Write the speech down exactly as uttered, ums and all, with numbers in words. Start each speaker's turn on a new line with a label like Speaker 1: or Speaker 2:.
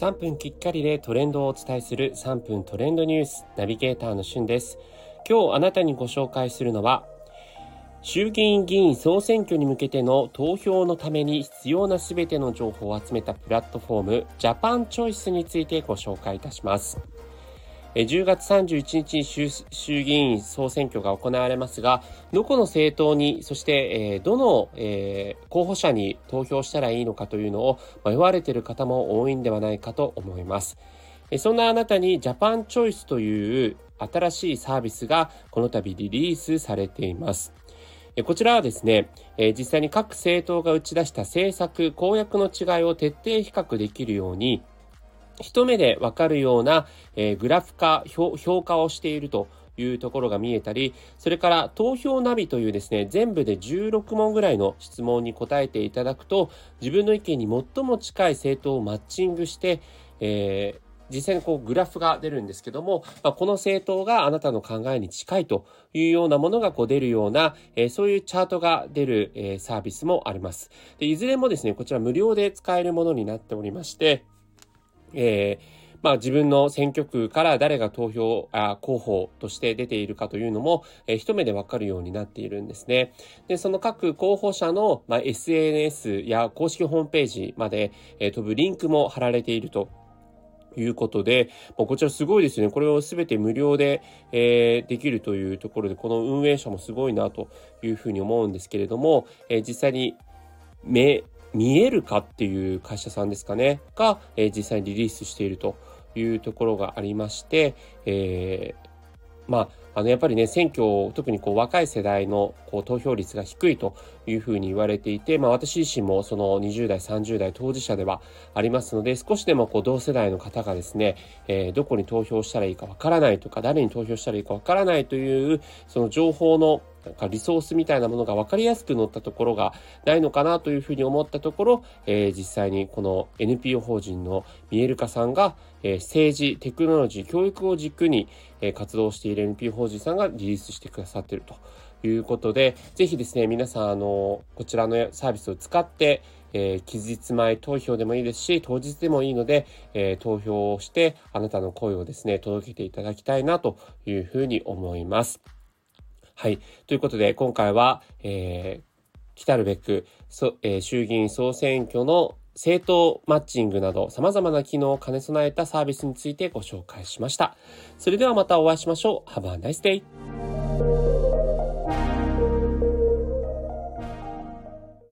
Speaker 1: さんぷんきっかりでトレンドをお伝えするさんぷんトレンドニュースナビゲーターのしゅんです。今日あなたにご紹介するのは、衆議院議員総選挙に向けての投票のために必要なすべての情報を集めたプラットフォームジャパンチョイスについてご紹介いたします。じゅうがつさんじゅういちにちに衆議院総選挙が行われますが、どこの政党に、そしてどの候補者に投票したらいいのかというのを迷われている方も多いんではないかと思います。そんなあなたにジャパンチョイスという新しいサービスがこの度リリースされています。こちらはですね、実際に各政党が打ち出した政策、公約の違いを徹底比較できるように、一目でわかるような、えー、グラフ化、評価をしているというところが見えたり、それから投票ナビというですね、全部でじゅうろくもんぐらいの質問に答えていただくと、自分の意見に最も近い政党をマッチングして、えー、実際にこうグラフが出るんですけども、まあ、この政党があなたの考えに近いというようなものがこう出るような、えー、そういうチャートが出る、えー、サービスもあります。で、いずれもですね、こちら無料で使えるものになっておりまして、えーまあ、自分の選挙区から誰が投票あ候補として出ているかというのも、えー、一目でわかるようになっているんですね。で、その各候補者の、まあ、エスエヌエス や公式ホームページまで、えー、飛ぶリンクも貼られているということで、こちらすごいですね。これをすべて無料で、えー、できるというところで、この運営者もすごいなというふうに思うんですけれども、えー、実際に目見えるかっていう会社さんですかねが、えー、実際にリリースしているというところがありまして、えー、まああのやっぱりね、選挙、特にこう若い世代のこう投票率が低いというふうに言われていて、まあ私自身もそのにじゅうだい、さんじゅうだい当事者ではありますので、少しでもこう同世代の方がですね、えー、どこに投票したらいいかわからないとか、誰に投票したらいいかわからないという、その情報のなんかリソースみたいなものが分かりやすく載ったところがないのかなというふうに思ったところ、えー、実際にこの エヌピーオー 法人の見える化さんが、えー、政治、テクノロジー、教育を軸に、えー、活動している エヌピーオー 法人さんがリリースしてくださっているということで、ぜひですね、皆さんあのこちらのサービスを使って、えー、期日前投票でもいいですし、当日でもいいので、えー、投票をしてあなたの声をですね、届けていただきたいなというふうに思います。はい。ということで、今回は、えー、来たるべく、そえー、衆議院総選挙の政党マッチングなど様々な機能を兼ね備えたサービスについてご紹介しました。それではまたお会いしましょう。Have a nice day!